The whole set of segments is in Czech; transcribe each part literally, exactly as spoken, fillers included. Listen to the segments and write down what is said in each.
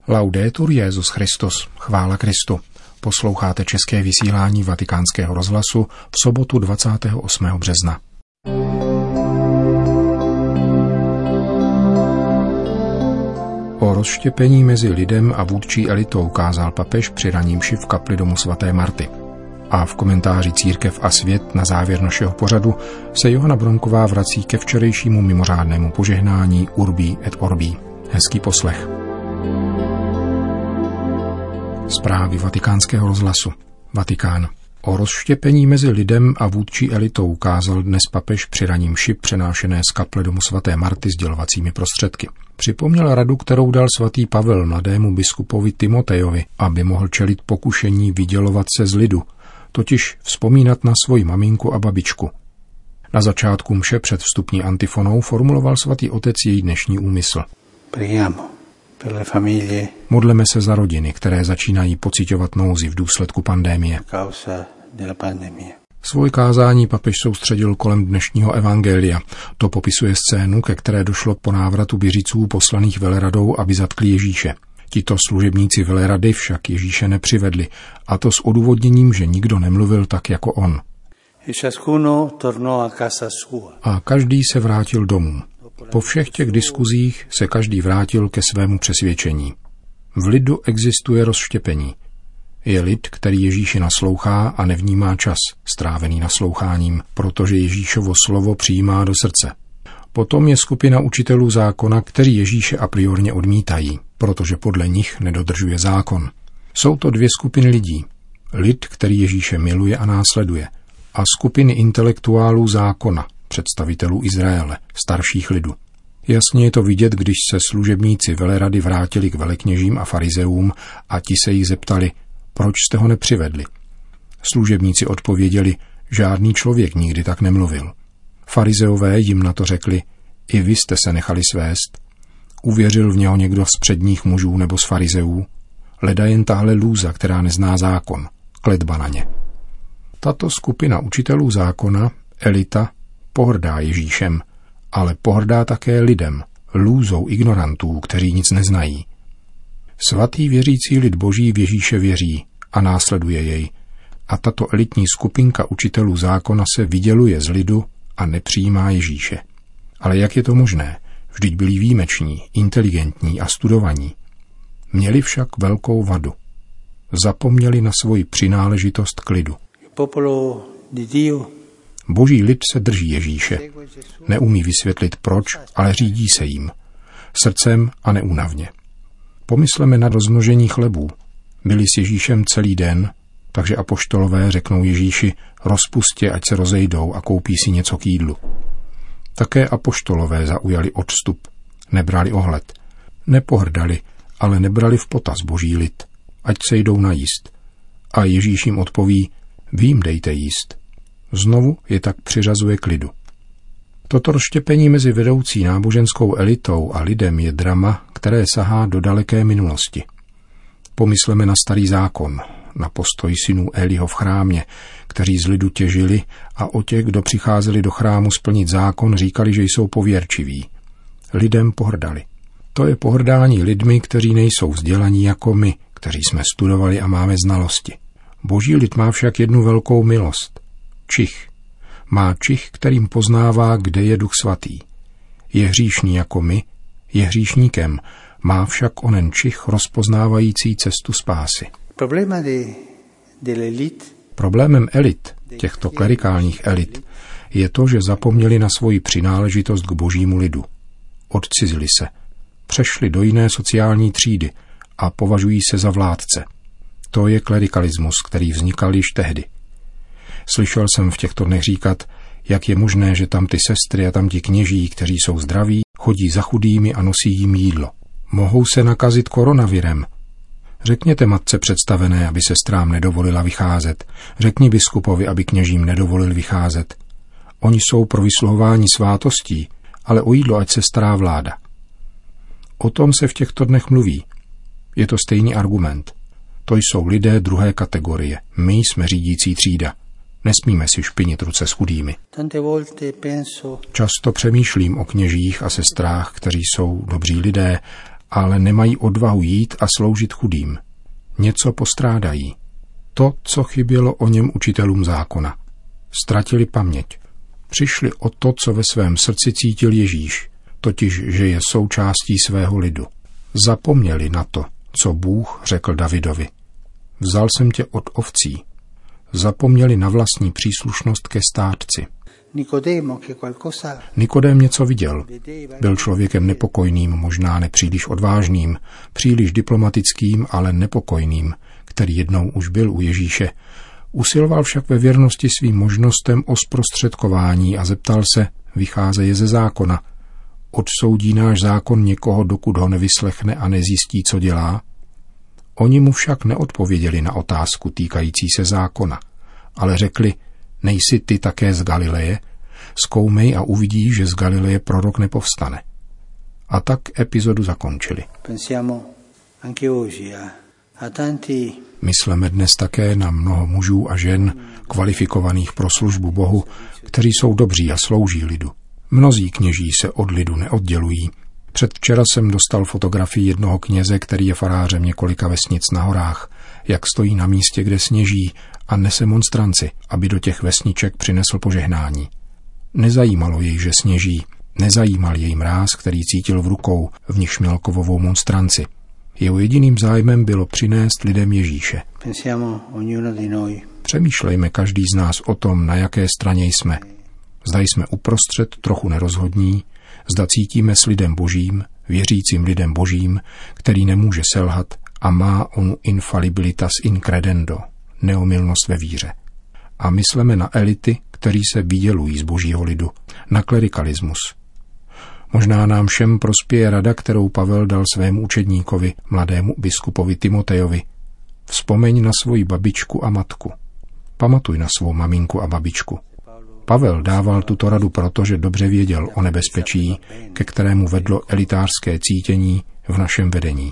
Laudetur Jesus Christus, chvála Kristu. Posloucháte české vysílání Vatikánského rozhlasu v sobotu dvacátého osmého března. O rozštěpení mezi lidem a vůdčí elitou kázal papež při raní mši v kapli domu svaté Marty. A v komentáři Církev a svět na závěr našeho pořadu se Johana Bronková vrací ke včerejšímu mimořádnému požehnání Urbi et Orbi. Hezký poslech. Zprávy Vatikánského rozhlasu. Vatikán. O rozštěpení mezi lidem a vůdčí elitou kázal dnes papež při raní mši přenášené z kaple domu svaté Marty sdělovacími prostředky. Připomněl radu, kterou dal svatý Pavel mladému biskupovi Timotejovi, aby mohl čelit pokušení vydělovat se z lidu, totiž vzpomínat na svoji maminku a babičku. Na začátku mše před vstupní antifonou formuloval svatý otec její dnešní úmysl. Modleme se za rodiny, které začínají pociťovat nouzi v důsledku pandemie. Svoje kázání papež soustředil kolem dnešního evangelia. To popisuje scénu, ke které došlo po návratu běžíců poslaných veleradou, aby zatkli Ježíše. Tito služebníci velerady však Ježíše nepřivedli, a to s odůvodněním, že nikdo nemluvil tak jako on. A každý se vrátil domů. Po všech těch diskuzích se každý vrátil ke svému přesvědčení. V lidu existuje rozštěpení. Je lid, který Ježíši naslouchá a nevnímá čas, strávený nasloucháním, protože Ježíšovo slovo přijímá do srdce. Potom je skupina učitelů zákona, kteří Ježíše a priorně odmítají, protože podle nich nedodržuje zákon. Jsou to dvě skupiny lidí. Lid, který Ježíše miluje a následuje, a skupiny intelektuálů zákona, představitelů Izraele, starších lidu. Jasně je to vidět, když se služebníci velerady vrátili k velekněžím a farizeům a ti se jich zeptali, proč jste ho nepřivedli. Služebníci odpověděli, žádný člověk nikdy tak nemluvil. Farizeové jim na to řekli, i vy jste se nechali svést. Uvěřil v něho někdo z předních mužů nebo z farizeů? Leda jen tahle lůza, která nezná zákon, kletba na ně. Tato skupina učitelů zákona, elita, pohrdá Ježíšem, ale pohrdá také lidem, lůzou ignorantů, kteří nic neznají. Svatý věřící lid boží v Ježíše věří a následuje jej. A tato elitní skupinka učitelů zákona se vyděluje z lidu a nepřijímá Ježíše. Ale jak je to možné? Vždyť byli výjimeční, inteligentní a studovaní. Měli však velkou vadu. Zapomněli na svoji přináležitost k lidu. Boží lid se drží Ježíše. Neumí vysvětlit proč, ale řídí se jim. Srdcem a neúnavně. Pomysleme na rozmnožení chlebů. Byli s Ježíšem celý den, takže apoštolové řeknou Ježíši, rozpustě, ať se rozejdou a koupí si něco k jídlu. Také apoštolové zaujali odstup, nebrali ohled. Nepohrdali, ale nebrali v potaz boží lid, ať se jdou najíst. A Ježíš jim odpoví, vy jim dejte jíst. Znovu je tak přiřazuje k lidu. Toto rozštěpení mezi vedoucí náboženskou elitou a lidem je drama, které sahá do daleké minulosti. Pomysleme na starý zákon, na postoj synů Eliho v chrámě, kteří z lidu těžili a o těch, kdo přicházeli do chrámu splnit zákon, říkali, že jsou pověrčiví. Lidem pohrdali. To je pohrdání lidmi, kteří nejsou vzdělaní jako my, kteří jsme studovali a máme znalosti. Boží lid má však jednu velkou milost. Čich. Má čich, kterým poznává, kde je Duch svatý. Je hříšný jako my, je hříšníkem, má však onen čich rozpoznávající cestu spásy. Problémem elit, těchto klerikálních elit, je to, že zapomněli na svoji přináležitost k božímu lidu. Odcizili se, přešli do jiné sociální třídy a považují se za vládce. To je klerikalismus, který vznikal již tehdy. Slyšel jsem v těchto dnech říkat, jak je možné, že tam ty sestry a tam ti kněží, kteří jsou zdraví, chodí za chudými a nosí jim jídlo. Mohou se nakazit koronavirem. Řekněte matce představené, aby sestrám nedovolila vycházet. Řekni biskupovi, aby kněžím nedovolil vycházet. Oni jsou pro vysluhování svátostí, ale o jídlo ať se stará vláda. O tom se v těchto dnech mluví. Je to stejný argument. To jsou lidé druhé kategorie. My jsme řídící třída. Nesmíme si špinit ruce s chudými. Často přemýšlím o kněžích a sestrách, kteří jsou dobří lidé, ale nemají odvahu jít a sloužit chudým. Něco postrádají. To, co chybělo o něm učitelům zákona. Ztratili paměť. Přišli o to, co ve svém srdci cítil Ježíš, totiž, že je součástí svého lidu. Zapomněli na to, co Bůh řekl Davidovi. Vzal jsem tě od ovcí. Zapomněli na vlastní příslušnost ke státci. Nikodém něco viděl. Byl člověkem nepokojným, možná nepříliš odvážným, příliš diplomatickým, ale nepokojným, který jednou už byl u Ježíše. Usiloval však ve věrnosti svým možnostem o zprostředkování a zeptal se, vycházeje ze zákona. Odsoudí náš zákon někoho, dokud ho nevyslechne a nezjistí, co dělá? Oni mu však neodpověděli na otázku týkající se zákona, ale řekli, nejsi ty také z Galileje? Zkoumej a uvidíš, že z Galileje prorok nepovstane. A tak epizodu zakončili. Mysleme dnes také na mnoho mužů a žen, kvalifikovaných pro službu Bohu, kteří jsou dobří a slouží lidu. Mnozí kněží se od lidu neoddělují. Předvčera jsem dostal fotografii jednoho kněze, který je farářem několika vesnic na horách, jak stojí na místě, kde sněží a nese monstranci, aby do těch vesniček přinesl požehnání. Nezajímalo jej, že sněží, nezajímal jej mráz, který cítil v rukou, v nichž měl kovovou monstranci. Jeho jediným zájmem bylo přinést lidem Ježíše. Přemýšlejme každý z nás o tom, na jaké straně jsme. Zda jsme uprostřed trochu nerozhodní, zda cítíme s lidem Božím, věřícím lidem Božím, který nemůže selhat a má onu infalibilitas in credendo, neomylnost ve víře. A mysleme na elity, kteří se vydělují z Božího lidu, na klerikalismus. Možná nám všem prospěje rada, kterou Pavel dal svému učedníkovi, mladému biskupovi Timotejovi. Vzpomeň na svoji babičku a matku. Pamatuj na svou maminku a babičku. Pavel dával tuto radu proto, že dobře věděl o nebezpečí, ke kterému vedlo elitářské cítění v našem vedení.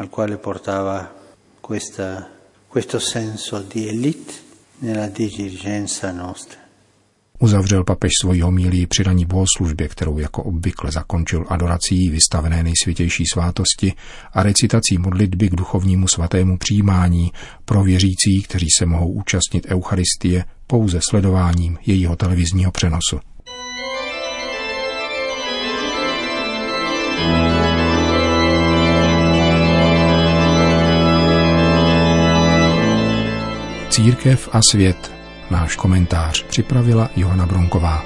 Uzavřel papež svoji homílii při ranní bohoslužbě, kterou jako obvykle zakončil adorací vystavené nejsvětější svátosti a recitací modlitby k duchovnímu svatému přijímání pro věřící, kteří se mohou účastnit eucharistie pouze sledováním jejího televizního přenosu. Církev a svět. Náš komentář připravila Johana Bronková.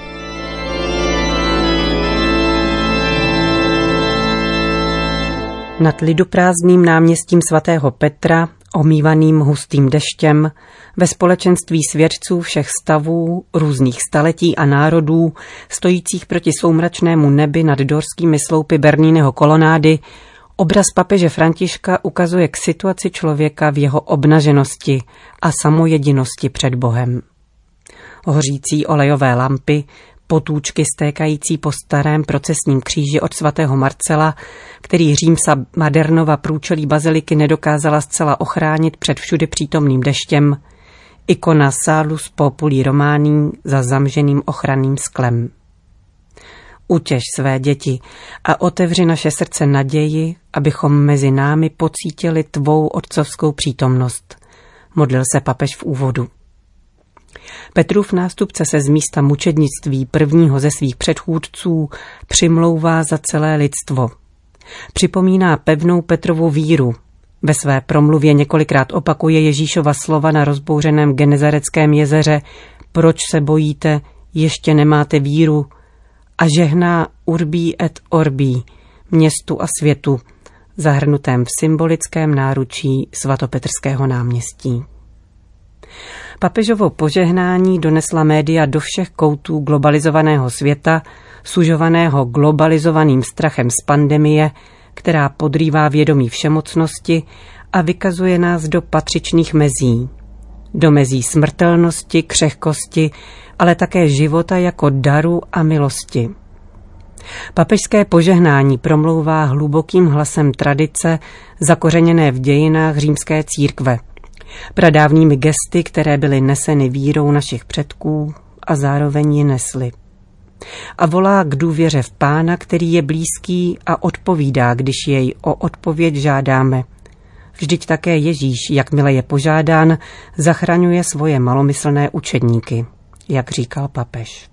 Nad liduprázdným náměstím svatého Petra, omývaným hustým deštěm, ve společenství svědců všech stavů, různých staletí a národů, stojících proti soumračnému nebi nad dorskými sloupy Bernínneho kolonády, obraz papeže Františka ukazuje k situaci člověka v jeho obnaženosti a samojedinosti před Bohem. Hořící olejové lampy, potůčky stékající po starém procesním kříži od svatého Marcela, který Římsa Madernova průčelí baziliky nedokázala zcela ochránit před všudy přítomným deštěm, ikona Salus Populi Romani za zamženým ochranným sklem. Utěš své děti a otevři naše srdce naději, abychom mezi námi pocítili tvou otcovskou přítomnost, modlil se papež v úvodu. Petrův nástupce se z místa mučednictví prvního ze svých předchůdců přimlouvá za celé lidstvo. Připomíná pevnou Petrovu víru. Ve své promluvě několikrát opakuje Ježíšova slova na rozbouřeném Genezareckém jezeře: proč se bojíte, ještě nemáte víru, a žehná Urbí et Orbí, městu a světu, zahrnutém v symbolickém náručí svatopetrského náměstí. Papežovo požehnání donesla média do všech koutů globalizovaného světa, sužovaného globalizovaným strachem z pandemie, která podrývá vědomí všemocnosti a vykazuje nás do patřičných mezí. Do mezí smrtelnosti, křehkosti, ale také života jako daru a milosti. Papežské požehnání promlouvá hlubokým hlasem tradice, zakořeněné v dějinách římské církve, pradávnými gesty, které byly neseny vírou našich předků a zároveň ji nesly. a volá k důvěře v Pána, který je blízký a odpovídá, když jej o odpověď žádáme. Vždyť také Ježíš, jakmile je požádán, zachraňuje svoje malomyslné učedníky, jak říkal papež.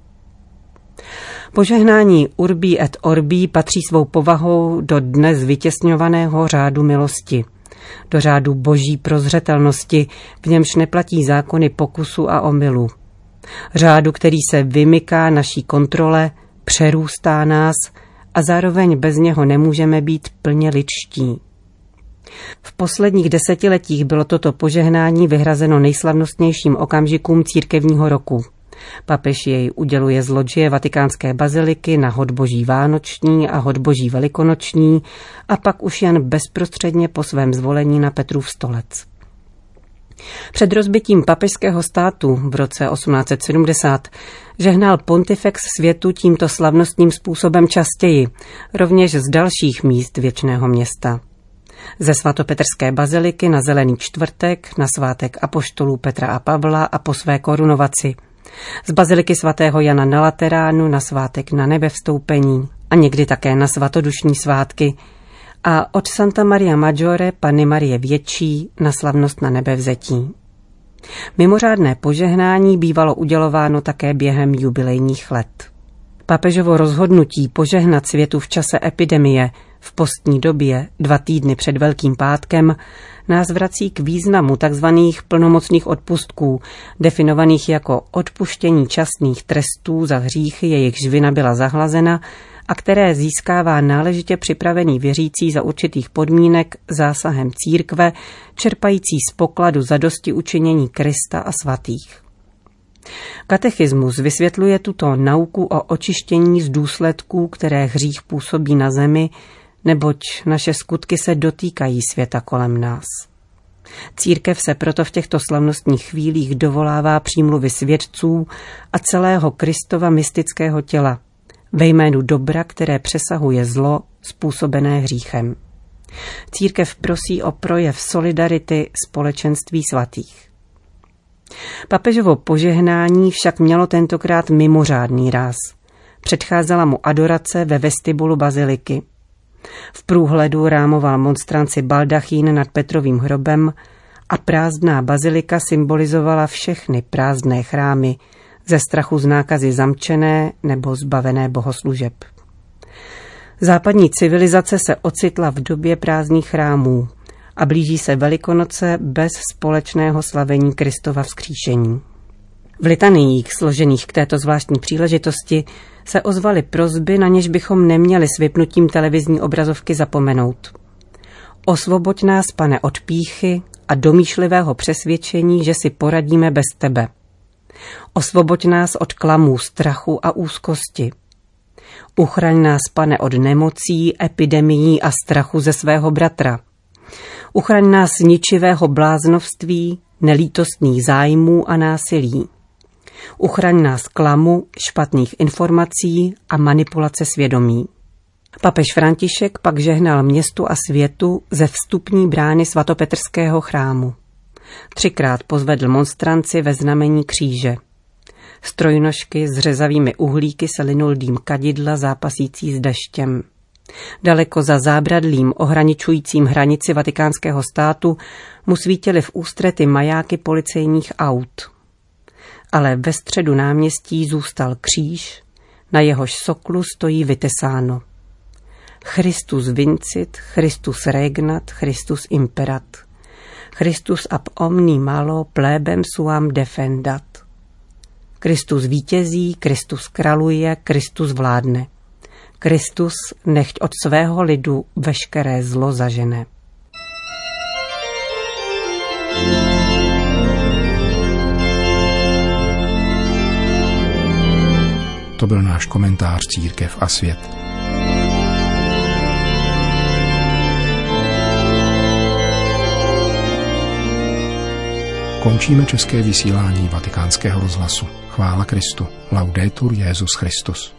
Požehnání Urbi et Orbi patří svou povahou do dnes vytěsňovaného řádu milosti, do řádu boží prozřetelnosti, v němž neplatí zákony pokusu a omylu. Řádu, který se vymyká naší kontrole, přerůstá nás a zároveň bez něho nemůžeme být plně lidští. V posledních desetiletích bylo toto požehnání vyhrazeno nejslavnostnějším okamžikům církevního roku. Papež jej uděluje z lodžie vatikánské baziliky na hod boží vánoční a hod boží velikonoční a pak už jen bezprostředně po svém zvolení na Petrův stolec. Před rozbitím papežského státu v roce osmnáct set sedmdesát žehnal pontifex světu tímto slavnostním způsobem častěji, rovněž z dalších míst věčného města. Ze svatopetrské baziliky na Zelený čtvrtek, na svátek apoštolů Petra a Pavla a po své korunovaci. Z baziliky svatého Jana na Lateránu na svátek na nebevstoupení a někdy také na svatodušní svátky a od Santa Maria Maggiore Panny Marie Větší na slavnost na nebevzetí. Mimořádné požehnání bývalo udělováno také během jubilejních let. Papežovo rozhodnutí požehnat světu v čase epidemie v postní době, dva týdny před Velkým pátkem, nás vrací k významu tzv. Plnomocných odpustků, definovaných jako odpuštění časných trestů za hříchy, jejichž vina byla zahlazena a které získává náležitě připravený věřící za určitých podmínek zásahem církve, čerpající z pokladu zadosti učinění Krista a svatých. Katechismus vysvětluje tuto nauku o očištění z důsledků, které hřích působí na zemi, neboť naše skutky se dotýkají světa kolem nás. Církev se proto v těchto slavnostních chvílích dovolává přímluvy svědců a celého Kristova mystického těla, ve jménu dobra, které přesahuje zlo způsobené hříchem. Církev prosí o projev solidarity společenství svatých. Papežovo požehnání však mělo tentokrát mimořádný ráz. Předcházela mu adorace ve vestibulu baziliky. V průhledu rámoval monstranci baldachín nad Petrovým hrobem a prázdná bazilika symbolizovala všechny prázdné chrámy, ze strachu z nákazy zamčené nebo zbavené bohoslužeb. Západní civilizace se ocitla v době prázdných chrámů a blíží se Velikonoce bez společného slavení Kristova vzkříšení. V litaniích složených k této zvláštní příležitosti se ozvaly prosby, na něž bychom neměli s vypnutím televizní obrazovky zapomenout. Osvoboď nás, Pane, od pýchy a domýšlivého přesvědčení, že si poradíme bez tebe. Osvoboď nás od klamů, strachu a úzkosti. Uchraň nás, Pane, od nemocí, epidemií a strachu ze svého bratra. Uchraň nás ničivého bláznovství, nelítostných zájmů a násilí. Uchraň nás klamu, špatných informací a manipulace svědomí. Papež František pak žehnal městu a světu ze vstupní brány svatopetrského chrámu. Třikrát pozvedl monstranci ve znamení kříže. Z trojnožky s řezavými uhlíky se linul dým kadidla zápasící s deštěm. Daleko za zábradlím ohraničujícím hranici vatikánského státu mu svítily v ústrety majáky policejních aut. Ale ve středu náměstí zůstal kříž, na jehož soklu stojí vytesáno: Christus vincit, Christus regnat, Christus imperat, Christus ab omni malo plebem suam defendat. Kristus vítězí, Kristus králuje, Kristus vládne. Kristus nechť od svého lidu veškeré zlo zažene. To byl náš komentář Církev a svět. Končíme české vysílání Vatikánského rozhlasu. Chvála Kristu. Laudetur Jesus Christus.